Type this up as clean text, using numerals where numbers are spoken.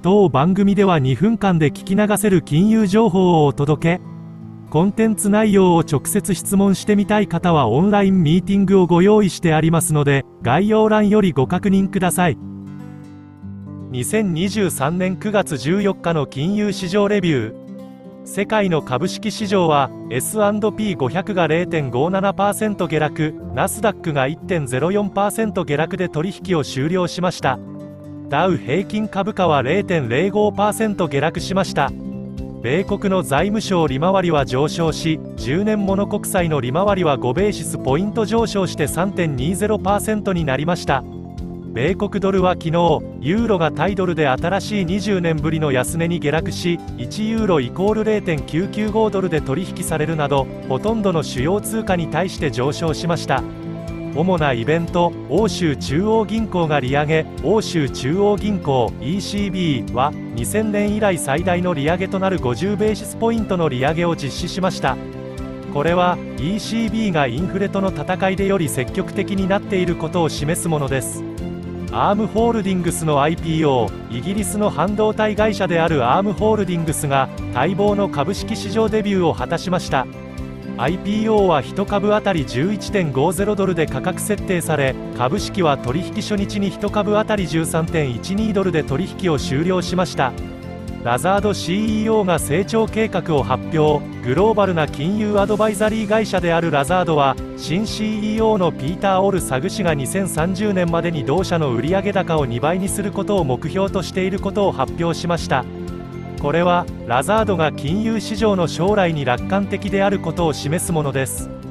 当番組では2分間で聞き流せる金融情報をお届け。コンテンツ内容を直接質問してみたい方はオンラインミーティングをご用意してありますので、概要欄よりご確認ください。2023年9月14日の金融市場レビュー。世界の株式市場は S&P500 が 0.57% 下落、ナスダックが 1.04% 下落で取引を終了しました。ダウ平均株価は 0.05% 下落しました。米国の財務省利回りは上昇し、10年物国債の利回りは5ベーシスポイント上昇して 3.20% になりました。米国ドルは昨日、ユーロが対ドルで新しい20年ぶりの安値に下落し、1ユーロ=0.995 ドルで取引されるなど、ほとんどの主要通貨に対して上昇しました。主なイベント、欧州中央銀行が利上げ。欧州中央銀行 ECB は2000年以来最大の利上げとなる50ベーシスポイントの利上げを実施しました。これは ECB がインフレとの戦いでより積極的になっていることを示すものです。アームホールディングスの IPO、イギリスの半導体会社であるアームホールディングスが待望の株式市場デビューを果たしました。IPO は1株当たり 11.50 ドルで価格設定され、株式は取引初日に1株当たり 13.12 ドルで取引を終了しました。ラザード CEO が成長計画を発表。グローバルな金融アドバイザリー会社であるラザードは、新 CEO のピーター・オルサグ氏が2030年までに同社の売上高を2倍にすることを目標としていることを発表しました。これはラザードが金融市場の将来に楽観的であることを示すものです。